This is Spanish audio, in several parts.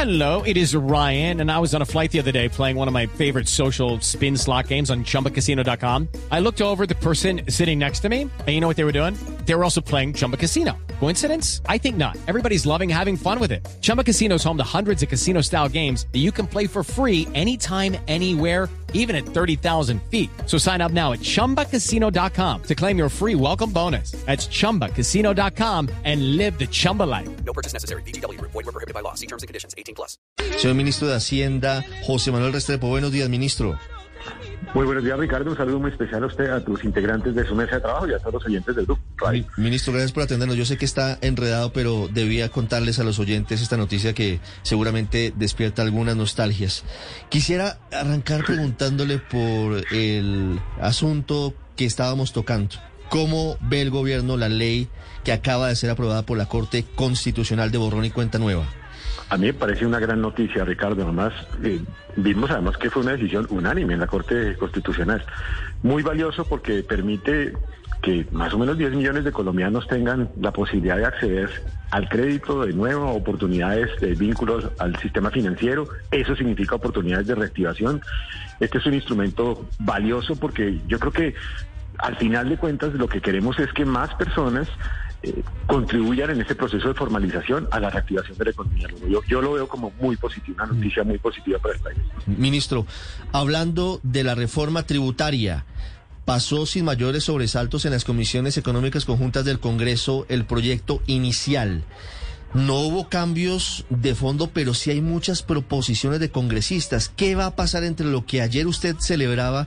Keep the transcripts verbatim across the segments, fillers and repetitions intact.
Hello, it is Ryan, and I was on a flight the other day playing one of my favorite social spin slot games on Chumba Casino dot com. I looked over at the person sitting next to me, and you know what they were doing? They were also playing Chumba Casino. Coincidence? I think not. Everybody's loving having fun with it. Chumba Casino is home to hundreds of casino-style games that you can play for free anytime, anywhere, even at thirty thousand feet. So sign up now at Chumba Casino dot com to claim your free welcome bonus. That's Chumba Casino dot com and live the Chumba life. No purchase necessary. V G W. Void where prohibited by law. See terms and conditions. eighteen plus. Señor Ministro de Hacienda, José Manuel Restrepo. Buenos días, ministro. Muy buenos días, Ricardo. Un saludo muy especial a usted, a tus integrantes de su mesa de trabajo y a todos los oyentes del grupo. Mi, ministro, gracias por atendernos. Yo sé que está enredado, pero debía contarles a los oyentes esta noticia que seguramente despierta algunas nostalgias. Quisiera arrancar preguntándole por el asunto que estábamos tocando. ¿Cómo ve el gobierno la ley que acaba de ser aprobada por la Corte Constitucional de borrón y cuenta nueva? A mí me parece una gran noticia, Ricardo. Además, eh, vimos además que fue una decisión unánime en la Corte Constitucional. Muy valioso porque permite que más o menos diez millones de colombianos tengan la posibilidad de acceder al crédito de nuevo, oportunidades de vínculos al sistema financiero. Eso significa oportunidades de reactivación. Este es un instrumento valioso porque yo creo que al final de cuentas lo que queremos es que más personas Eh, contribuyan en este proceso de formalización a la reactivación de la economía. Yo, yo lo veo como muy positivo, una noticia muy positiva para el país. Ministro, hablando de la reforma tributaria, pasó sin mayores sobresaltos en las comisiones económicas conjuntas del Congreso el proyecto inicial. No hubo cambios de fondo, pero sí hay muchas proposiciones de congresistas. ¿Qué va a pasar entre lo que ayer usted celebraba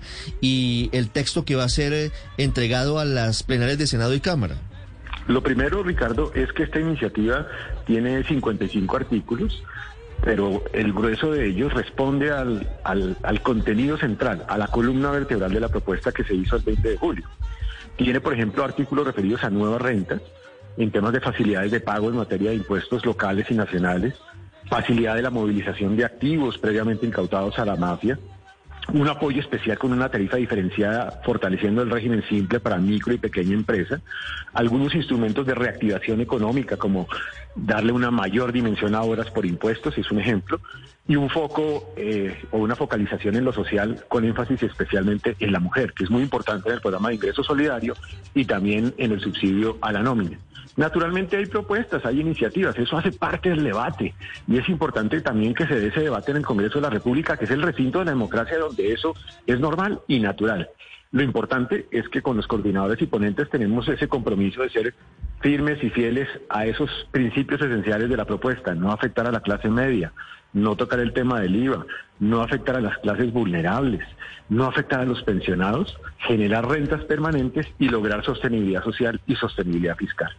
y el texto que va a ser eh, entregado a las plenarias de Senado y Cámara? Lo primero, Ricardo, es que esta iniciativa tiene cincuenta y cinco artículos, pero el grueso de ellos responde al, al, al contenido central, a la columna vertebral de la propuesta que se hizo el veinte de julio. Tiene, por ejemplo, artículos referidos a nuevas rentas, en temas de facilidades de pago en materia de impuestos locales y nacionales, facilidad de la movilización de activos previamente incautados a la mafia, un apoyo especial con una tarifa diferenciada fortaleciendo el régimen simple para micro y pequeña empresa, algunos instrumentos de reactivación económica como darle una mayor dimensión a obras por impuestos, es un ejemplo, y un foco eh, o una focalización en lo social con énfasis especialmente en la mujer, que es muy importante en el programa de ingreso solidario y también en el subsidio a la nómina. Naturalmente hay propuestas, hay iniciativas, eso hace parte del debate y es importante también que se dé ese debate en el Congreso de la República, que es el recinto de la democracia donde eso es normal y natural. Lo importante es que con los coordinadores y ponentes tenemos ese compromiso de ser firmes y fieles a esos principios esenciales de la propuesta, no afectar a la clase media, no tocar el tema del I V A, no afectar a las clases vulnerables, no afectar a los pensionados, generar rentas permanentes y lograr sostenibilidad social y sostenibilidad fiscal.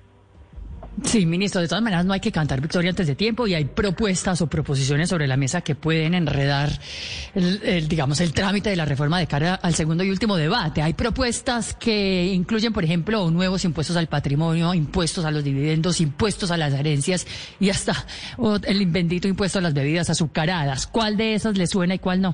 Sí, ministro, de todas maneras no hay que cantar victoria antes de tiempo y hay propuestas o proposiciones sobre la mesa que pueden enredar, el, el, digamos, el trámite de la reforma de cara al segundo y último debate. Hay propuestas que incluyen, por ejemplo, nuevos impuestos al patrimonio, impuestos a los dividendos, impuestos a las herencias y hasta oh, el bendito impuesto a las bebidas azucaradas. ¿Cuál de esas le suena y cuál no?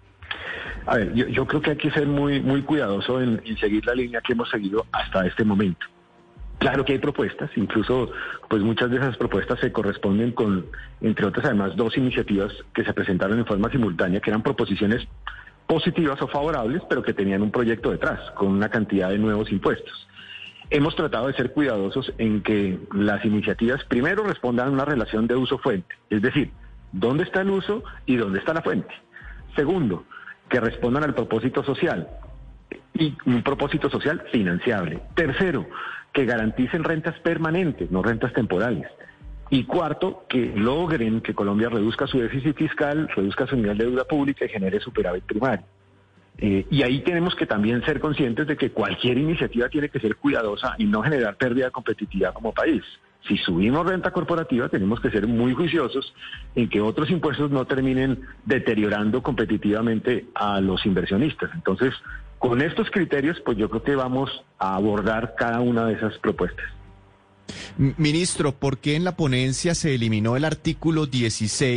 A ver, yo, yo creo que hay que ser muy, muy cuidadoso en, en seguir la línea que hemos seguido hasta este momento. Claro que hay propuestas, incluso pues muchas de esas propuestas se corresponden con, entre otras además, dos iniciativas que se presentaron en forma simultánea, que eran proposiciones positivas o favorables, pero que tenían un proyecto detrás, con una cantidad de nuevos impuestos. Hemos tratado de ser cuidadosos en que las iniciativas primero respondan a una relación de uso-fuente, es decir, ¿dónde está el uso y dónde está la fuente? Segundo, que respondan al propósito social, y un propósito social financiable. Tercero, que garanticen rentas permanentes, no rentas temporales. Y cuarto, que logren que Colombia reduzca su déficit fiscal, reduzca su nivel de deuda pública y genere superávit primario. Eh, y ahí tenemos que también ser conscientes de que cualquier iniciativa tiene que ser cuidadosa y no generar pérdida de competitividad como país. Si subimos renta corporativa, tenemos que ser muy juiciosos en que otros impuestos no terminen deteriorando competitivamente a los inversionistas. Entonces, con estos criterios, pues yo creo que vamos a abordar cada una de esas propuestas. Ministro, ¿por qué en la ponencia se eliminó el artículo dieciséis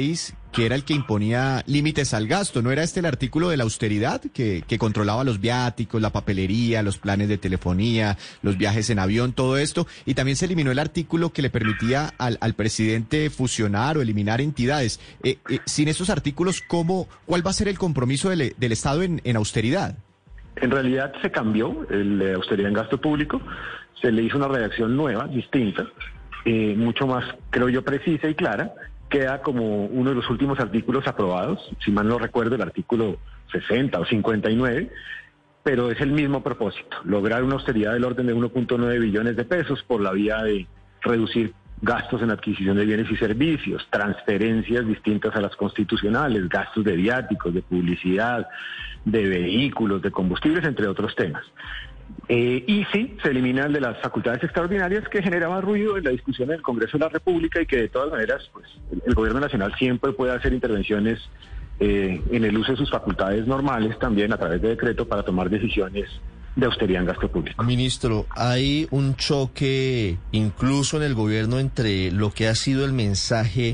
que era el que imponía límites al gasto. ¿No era este el artículo de la austeridad que, que controlaba los viáticos, la papelería, los planes de telefonía, los viajes en avión, todo esto? Y también se eliminó el artículo que le permitía al, al presidente fusionar o eliminar entidades. Eh, eh, sin estos artículos, ¿cómo, ¿cuál va a ser el compromiso del, del Estado en, en austeridad? En realidad se cambió el de austeridad en gasto público, se le hizo una redacción nueva, distinta, eh, mucho más, creo yo, precisa y clara. Queda como uno de los últimos artículos aprobados, si mal no recuerdo, el artículo sesenta o cincuenta y nueve, pero es el mismo propósito, lograr una austeridad del orden de uno punto nueve billones de pesos por la vía de reducir gastos en adquisición de bienes y servicios, transferencias distintas a las constitucionales, gastos de viáticos, de publicidad, de vehículos, de combustibles, entre otros temas. Eh, y sí, se elimina el de las facultades extraordinarias, que generaba ruido en la discusión en el Congreso de la República y que de todas maneras pues, el, el Gobierno Nacional siempre puede hacer intervenciones eh, en el uso de sus facultades normales, también a través de decreto, para tomar decisiones de austeridad en gasto público. Ministro, hay un choque incluso en el gobierno entre lo que ha sido el mensaje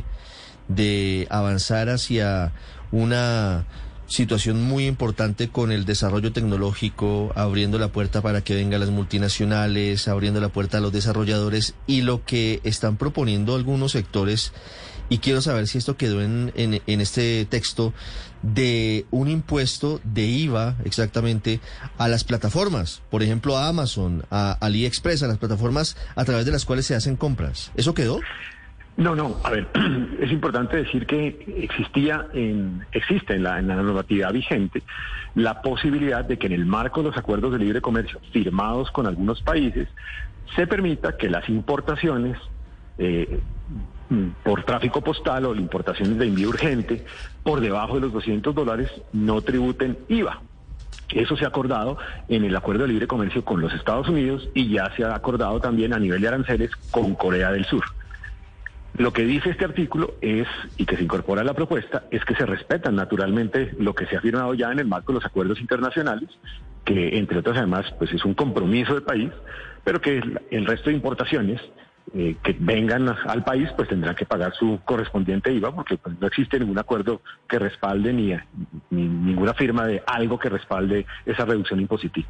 de avanzar hacia una situación muy importante con el desarrollo tecnológico, abriendo la puerta para que vengan las multinacionales, abriendo la puerta a los desarrolladores, y lo que están proponiendo algunos sectores, y quiero saber si esto quedó en, en, en este texto, de un impuesto de I V A exactamente a las plataformas, por ejemplo a Amazon, a AliExpress, a las plataformas a través de las cuales se hacen compras. ¿Eso quedó? No, no, a ver, es importante decir que existía, en, existe en la, en la normatividad vigente la posibilidad de que en el marco de los acuerdos de libre comercio firmados con algunos países se permita que las importaciones eh, por tráfico postal o importaciones de envío urgente por debajo de los doscientos dólares no tributen I V A. Eso se ha acordado en el acuerdo de libre comercio con los Estados Unidos y ya se ha acordado también a nivel de aranceles con Corea del Sur. Lo que dice este artículo es, y que se incorpora a la propuesta, es que se respetan naturalmente lo que se ha firmado ya en el marco de los acuerdos internacionales, que entre otras además pues es un compromiso del país, pero que el resto de importaciones eh, que vengan al país pues tendrán que pagar su correspondiente I V A, porque pues, no existe ningún acuerdo que respalde ni, ni ninguna firma de algo que respalde esa reducción impositiva.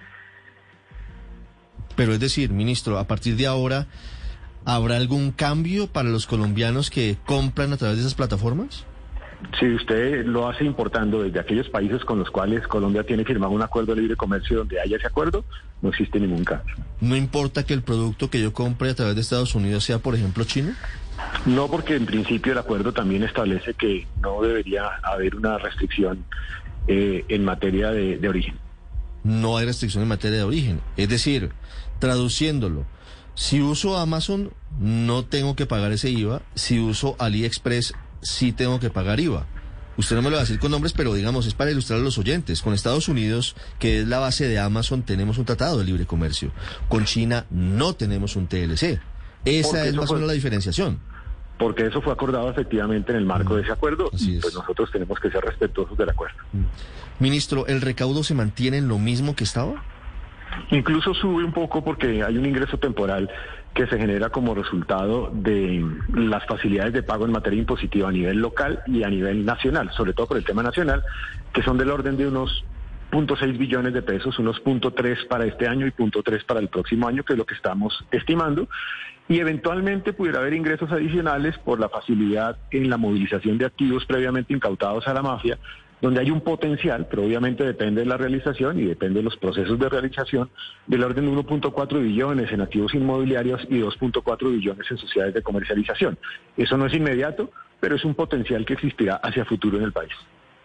Pero es decir, ministro, a partir de ahora, ¿habrá algún cambio para los colombianos que compran a través de esas plataformas? Si usted lo hace importando desde aquellos países con los cuales Colombia tiene firmado un acuerdo de libre comercio donde haya ese acuerdo, no existe ningún cambio. ¿No importa que el producto que yo compre a través de Estados Unidos sea, por ejemplo, chino? No, porque en principio el acuerdo también establece que no debería haber una restricción eh, en materia de, de origen. No hay restricción en materia de origen. Es decir, traduciéndolo, si uso Amazon, no tengo que pagar ese I V A. Si uso AliExpress, sí tengo que pagar I V A. Usted no me lo va a decir con nombres, pero digamos, es para ilustrar a los oyentes. Con Estados Unidos, que es la base de Amazon, tenemos un tratado de libre comercio. Con China no tenemos un T L C. Esa es más o menos la diferenciación. Porque eso fue acordado efectivamente en el marco de ese acuerdo y pues nosotros tenemos que ser respetuosos del acuerdo. Ministro, ¿el recaudo se mantiene en lo mismo que estaba? Incluso sube un poco porque hay un ingreso temporal que se genera como resultado de las facilidades de pago en materia impositiva a nivel local y a nivel nacional, sobre todo por el tema nacional, que son del orden de unos cero punto seis billones de pesos, unos cero punto tres para este año y cero punto tres para el próximo año, que es lo que estamos estimando, y eventualmente pudiera haber ingresos adicionales por la facilidad en la movilización de activos previamente incautados a la mafia, donde hay un potencial, pero obviamente depende de la realización y depende de los procesos de realización, del orden de uno punto cuatro billones en activos inmobiliarios y dos punto cuatro billones en sociedades de comercialización. Eso no es inmediato, pero es un potencial que existirá hacia futuro en el país.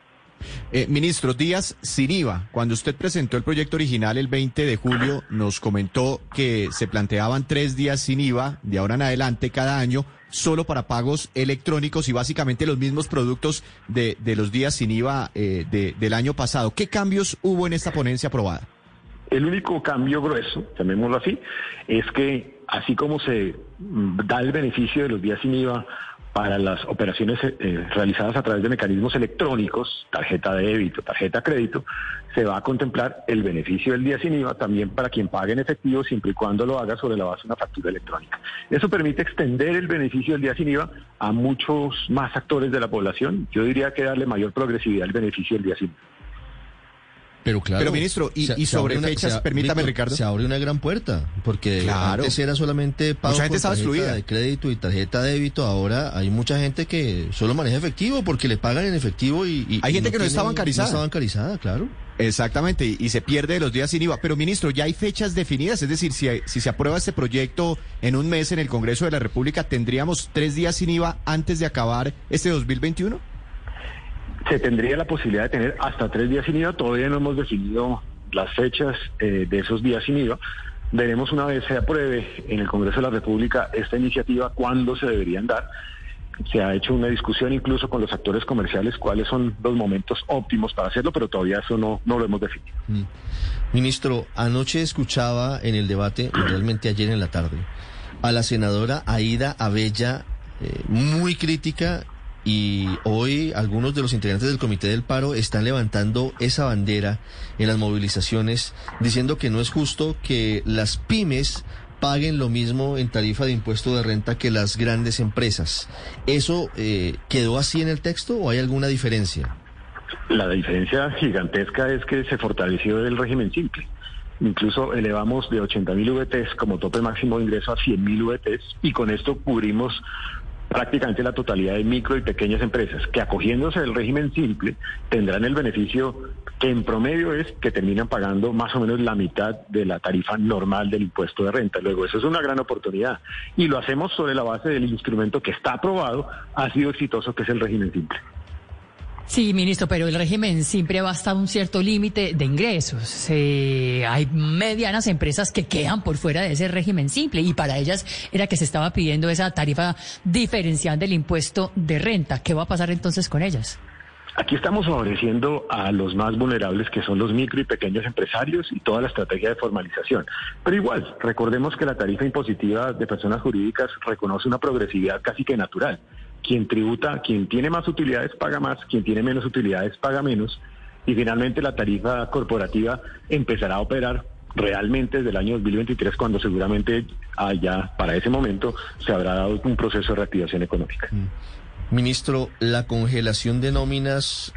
Eh, ministro, días sin I V A. Cuando usted presentó el proyecto original el veinte de julio, nos comentó que se planteaban tres días sin I V A de ahora en adelante cada año, solo para pagos electrónicos y básicamente los mismos productos de, de los días sin I V A eh, de, del año pasado. ¿Qué cambios hubo en esta ponencia aprobada? El único cambio grueso, llamémoslo así, es que así como se da el beneficio de los días sin I V A para las operaciones eh, realizadas a través de mecanismos electrónicos, tarjeta de débito, tarjeta de crédito, se va a contemplar el beneficio del día sin I V A también para quien pague en efectivo, siempre y cuando lo haga sobre la base de una factura electrónica. Eso permite extender el beneficio del día sin I V A a muchos más actores de la población. Yo diría que darle mayor progresividad al beneficio del día sin I V A. Pero claro, pero ministro, y, se, y sobre una, fechas, se, permítame, Víctor, Ricardo. Se abre una gran puerta, porque claro. antes era solamente pago mucha gente con estaba tarjeta excluida de crédito y tarjeta de débito. Ahora hay mucha gente que solo maneja efectivo porque le pagan en efectivo y... y hay y gente no que no está tiene, bancarizada. No está bancarizada, claro. Exactamente, y, y se pierde de los días sin I V A. Pero, ministro, ya hay fechas definidas, es decir, si, hay, si se aprueba este proyecto en un mes en el Congreso de la República, ¿tendríamos tres días sin I V A antes de acabar este dos mil veintiuno? Se tendría la posibilidad de tener hasta tres días sin I V A. Todavía no hemos definido las fechas eh, de esos días sin I V A. Veremos una vez se apruebe en el Congreso de la República esta iniciativa cuándo se deberían dar. Se ha hecho una discusión incluso con los actores comerciales cuáles son los momentos óptimos para hacerlo, pero todavía eso no, no lo hemos definido. Mm. Ministro, anoche escuchaba en el debate, realmente ayer en la tarde, a la senadora Aida Abella eh, muy crítica. Y hoy algunos de los integrantes del Comité del Paro están levantando esa bandera en las movilizaciones, diciendo que no es justo que las pymes paguen lo mismo en tarifa de impuesto de renta que las grandes empresas. ¿Eso eh, quedó así en el texto o hay alguna diferencia? La diferencia gigantesca es que se fortaleció el régimen simple. Incluso elevamos de ochenta mil V Ts como tope máximo de ingreso a cien mil V Ts y con esto cubrimos prácticamente la totalidad de micro y pequeñas empresas que, acogiéndose del régimen simple, tendrán el beneficio que en promedio es que terminan pagando más o menos la mitad de la tarifa normal del impuesto de renta. Luego, eso es una gran oportunidad y lo hacemos sobre la base del instrumento que está aprobado, ha sido exitoso, que es el régimen simple. Sí, ministro, pero el régimen siempre va hasta un cierto límite de ingresos. Eh, hay medianas empresas que quedan por fuera de ese régimen simple y para ellas era que se estaba pidiendo esa tarifa diferencial del impuesto de renta. ¿Qué va a pasar entonces con ellas? Aquí estamos favoreciendo a los más vulnerables, que son los micro y pequeños empresarios, y toda la estrategia de formalización. Pero igual, recordemos que la tarifa impositiva de personas jurídicas reconoce una progresividad casi que natural. Quien tributa, quien tiene más utilidades paga más, quien tiene menos utilidades paga menos, y finalmente la tarifa corporativa empezará a operar realmente desde el año dos mil veintitrés, cuando seguramente allá, para ese momento, se habrá dado un proceso de reactivación económica. Ministro, ¿la congelación de nóminas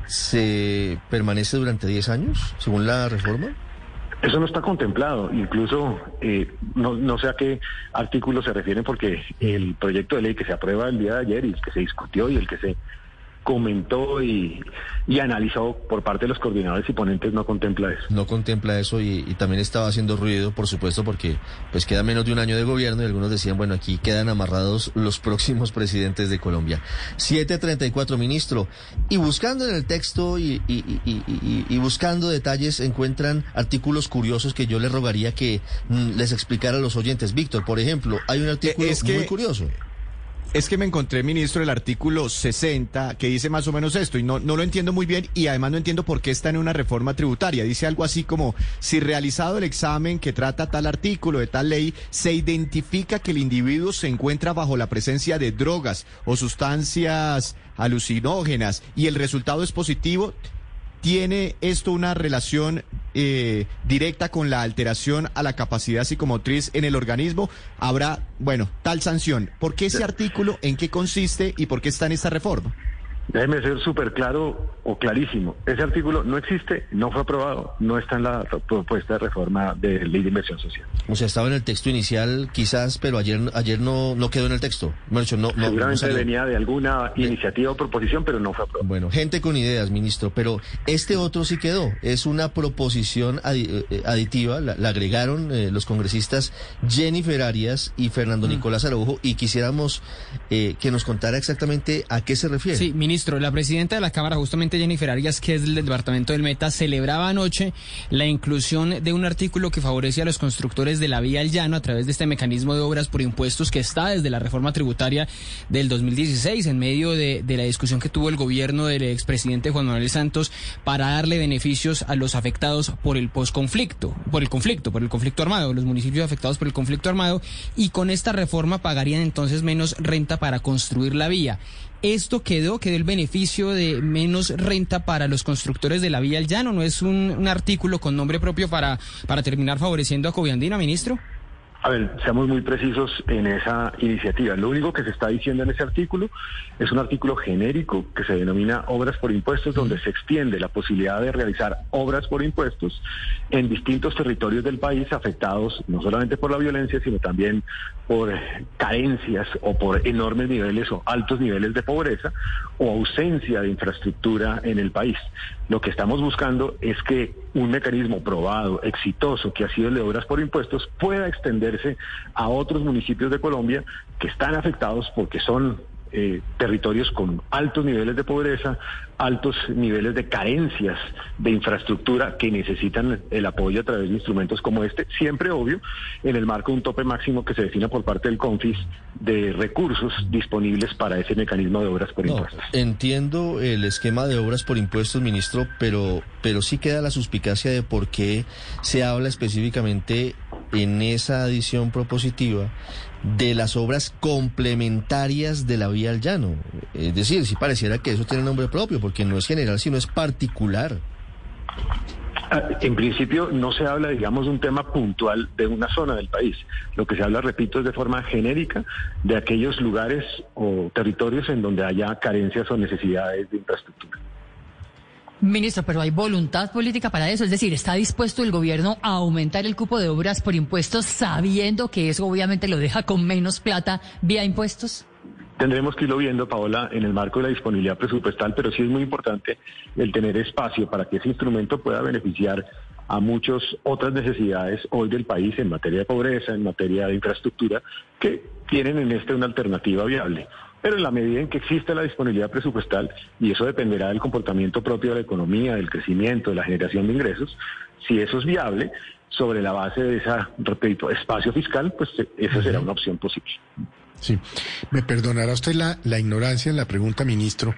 se permanece durante diez años, según la reforma? Eso no está contemplado, incluso eh, no, no sé a qué artículos se refieren, porque el proyecto de ley que se aprueba el día de ayer y el que se discutió y el que se comentó y, y analizó por parte de los coordinadores y ponentes no contempla eso. No contempla eso y, y también estaba haciendo ruido, por supuesto, porque pues queda menos de un año de gobierno y algunos decían, bueno, aquí quedan amarrados los próximos presidentes de Colombia. siete treinta y cuatro, ministro, y buscando en el texto y, y, y, y, y buscando detalles, encuentran artículos curiosos que yo les rogaría que mm, les explicara a los oyentes. Víctor, por ejemplo, hay un artículo es que... muy curioso. Es que me encontré, ministro, el artículo sesenta que dice más o menos esto y no, no lo entiendo muy bien y además no entiendo por qué está en una reforma tributaria. Dice algo así como, si realizado el examen que trata tal artículo de tal ley, se identifica que el individuo se encuentra bajo la presencia de drogas o sustancias alucinógenas y el resultado es positivo, ¿tiene esto una relación eh, directa con la alteración a la capacidad psicomotriz en el organismo? Habrá, bueno, tal sanción. ¿Por qué ese artículo? ¿En qué consiste? ¿Y por qué está en esta reforma? Déjeme ser súper claro o clarísimo. Ese artículo no existe, no fue aprobado, no está en la propuesta de reforma de Ley de Inversión Social. O sea, estaba en el texto inicial quizás, pero ayer ayer no no quedó en el texto. Bueno, no, no, Seguramente no venía de alguna iniciativa o proposición, pero no fue aprobado. Bueno, gente con ideas, ministro, pero este otro sí quedó. Es una proposición adi aditiva, la, la agregaron eh, los congresistas Jennifer Arias y Fernando mm. Nicolás Araujo, y quisiéramos eh, que nos contara exactamente a qué se refiere. Sí, ministro. Ministro, la presidenta de la Cámara, justamente Jennifer Arias, que es del departamento del Meta, celebraba anoche la inclusión de un artículo que favorece a los constructores de la vía al llano a través de este mecanismo de obras por impuestos que está desde la reforma tributaria del dos mil dieciséis, en medio de, de la discusión que tuvo el gobierno del expresidente Juan Manuel Santos para darle beneficios a los afectados por el posconflicto, por el conflicto, por el conflicto armado, los municipios afectados por el conflicto armado, y con esta reforma pagarían entonces menos renta para construir la vía. ¿Esto quedó, quedó el beneficio de menos renta para los constructores de la vía al llano? ¿No es un, un artículo con nombre propio para, para terminar favoreciendo a Coviandina, ministro? A ver, seamos muy precisos en esa iniciativa. Lo único que se está diciendo en ese artículo es un artículo genérico que se denomina obras por impuestos, donde se extiende la posibilidad de realizar obras por impuestos en distintos territorios del país afectados no solamente por la violencia, sino también por carencias o por enormes niveles o altos niveles de pobreza o ausencia de infraestructura en el país. Lo que estamos buscando es que un mecanismo probado, exitoso, que ha sido el de obras por impuestos, pueda extender a otros municipios de Colombia que están afectados porque son eh, territorios con altos niveles de pobreza, altos niveles de carencias de infraestructura que necesitan el apoyo a través de instrumentos como este, siempre obvio, en el marco de un tope máximo que se defina por parte del CONFIS de recursos disponibles para ese mecanismo de obras por no, impuestos. Entiendo el esquema de obras por impuestos, ministro, pero, pero sí queda la suspicacia de por qué se habla específicamente en esa adición propositiva de las obras complementarias de la vía al llano. Es decir, sí pareciera que eso tiene nombre propio, porque no es general, sino es particular. En principio no se habla, digamos, de un tema puntual de una zona del país. Lo que se habla, repito, es de forma genérica de aquellos lugares o territorios en donde haya carencias o necesidades de infraestructura. Ministro, pero ¿hay voluntad política para eso? Es decir, ¿está dispuesto el gobierno a aumentar el cupo de obras por impuestos sabiendo que eso obviamente lo deja con menos plata vía impuestos? Tendremos que irlo viendo, Paola, en el marco de la disponibilidad presupuestal, pero sí es muy importante el tener espacio para que ese instrumento pueda beneficiar a muchas otras necesidades hoy del país en materia de pobreza, en materia de infraestructura, que tienen en este una alternativa viable. Pero en la medida en que existe la disponibilidad presupuestal, y eso dependerá del comportamiento propio de la economía, del crecimiento, de la generación de ingresos, si eso es viable, sobre la base de ese, repito, espacio fiscal, pues esa será una opción posible. Sí, me perdonará usted la, la ignorancia en la pregunta, ministro,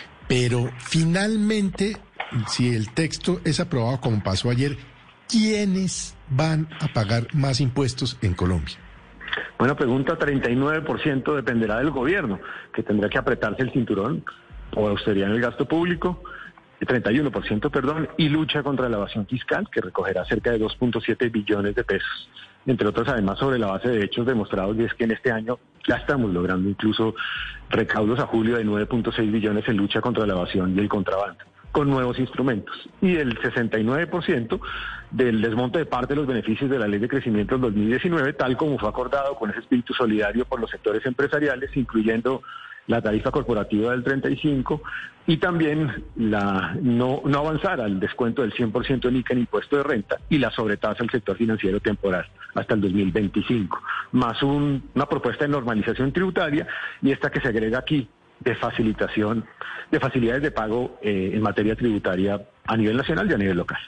pero finalmente, si el texto es aprobado como pasó ayer, ¿quiénes van a pagar más impuestos en Colombia? Buena pregunta, treinta y nueve por ciento dependerá del gobierno, que tendrá que apretarse el cinturón por austeridad en el gasto público, treinta y uno por ciento, perdón, y lucha contra la evasión fiscal, que recogerá cerca de dos punto siete billones de pesos. Entre otros, además, sobre la base de hechos demostrados, y es que en este año ya estamos logrando incluso recaudos a julio de nueve punto seis billones en lucha contra la evasión y el contrabando, con nuevos instrumentos. Y el sesenta y nueve por ciento del desmonte de parte de los beneficios de la Ley de Crecimiento del dos mil diecinueve, tal como fue acordado con ese espíritu solidario por los sectores empresariales, incluyendo la tarifa corporativa del treinta y cinco y también la no, no avanzar al descuento del cien por ciento en I C A en impuesto de renta y la sobretasa al sector financiero temporal hasta el dos mil veinticinco, más un, una propuesta de normalización tributaria y esta que se agrega aquí de facilitación, de facilidades de pago eh, en materia tributaria a nivel nacional y a nivel local.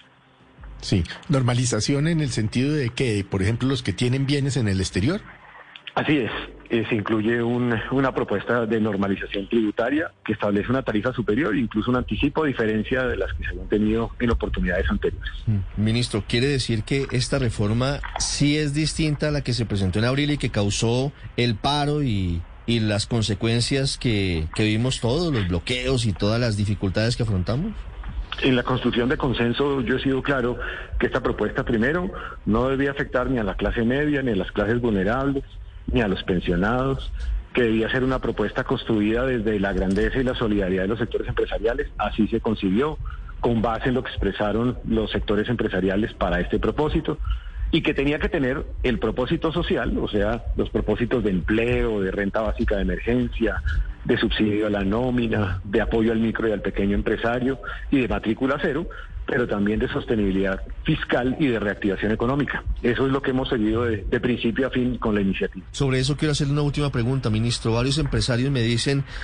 Sí, normalización en el sentido de que, por ejemplo, los que tienen bienes en el exterior. Así es, eh, se incluye un, una propuesta de normalización tributaria que establece una tarifa superior, incluso un anticipo a diferencia de las que se habían tenido en oportunidades anteriores. Ministro, ¿quiere decir que esta reforma sí es distinta a la que se presentó en abril y que causó el paro y, y las consecuencias que, que vimos todos, los bloqueos y todas las dificultades que afrontamos? En la construcción de consenso yo he sido claro que esta propuesta primero no debía afectar ni a la clase media, ni a las clases vulnerables, ni a los pensionados, que debía ser una propuesta construida desde la grandeza y la solidaridad de los sectores empresariales. Así se concibió, con base en lo que expresaron los sectores empresariales para este propósito, y que tenía que tener el propósito social, o sea, los propósitos de empleo, de renta básica de emergencia, de subsidio a la nómina, de apoyo al micro y al pequeño empresario y de matrícula cero, pero también de sostenibilidad fiscal y de reactivación económica. Eso es lo que hemos seguido de, de principio a fin con la iniciativa. Sobre eso quiero hacerle una última pregunta, ministro. Varios empresarios me dicen,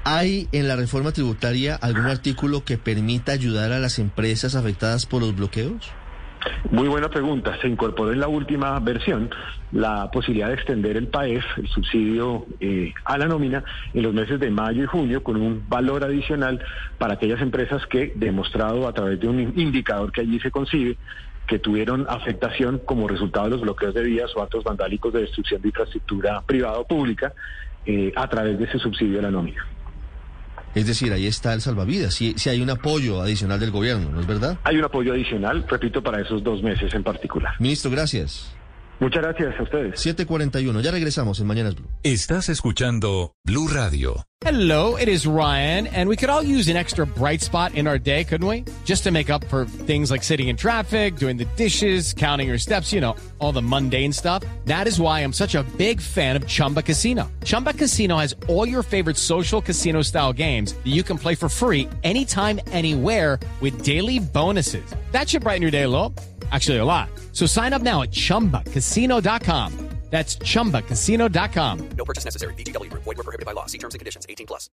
¿Hay en la reforma tributaria algún artículo que permita ayudar a las empresas afectadas por los bloqueos? Muy buena pregunta. Se incorporó en la última versión la posibilidad de extender el P A E F, el subsidio eh, a la nómina, en los meses de mayo y junio con un valor adicional para aquellas empresas que, demostrado a través de un indicador que allí se concibe, que tuvieron afectación como resultado de los bloqueos de vías o actos vandálicos de destrucción de infraestructura privada o pública eh, a través de ese subsidio a la nómina. Es decir, ahí está el salvavidas, si, si hay un apoyo adicional del gobierno, ¿no es verdad? Hay un apoyo adicional, repito, para esos dos meses en particular. Ministro, gracias. Muchas gracias a ustedes. siete cuarenta y uno, ya regresamos en Mañanas Blue. Estás escuchando Blue Radio. Hello, it is Ryan, and we could all use an extra bright spot in our day, couldn't we? Just to make up for things like sitting in traffic, doing the dishes, counting your steps, you know, all the mundane stuff. That is why I'm such a big fan of Chumba Casino. Chumba Casino has all your favorite social casino-style games that you can play for free anytime, anywhere with daily bonuses. That should brighten your day a little. Actually, a lot. So sign up now at chumba casino dot com. That's chumba casino dot com. No purchase necessary. V G W Group. Void where prohibited by law. See terms and conditions. eighteen plus.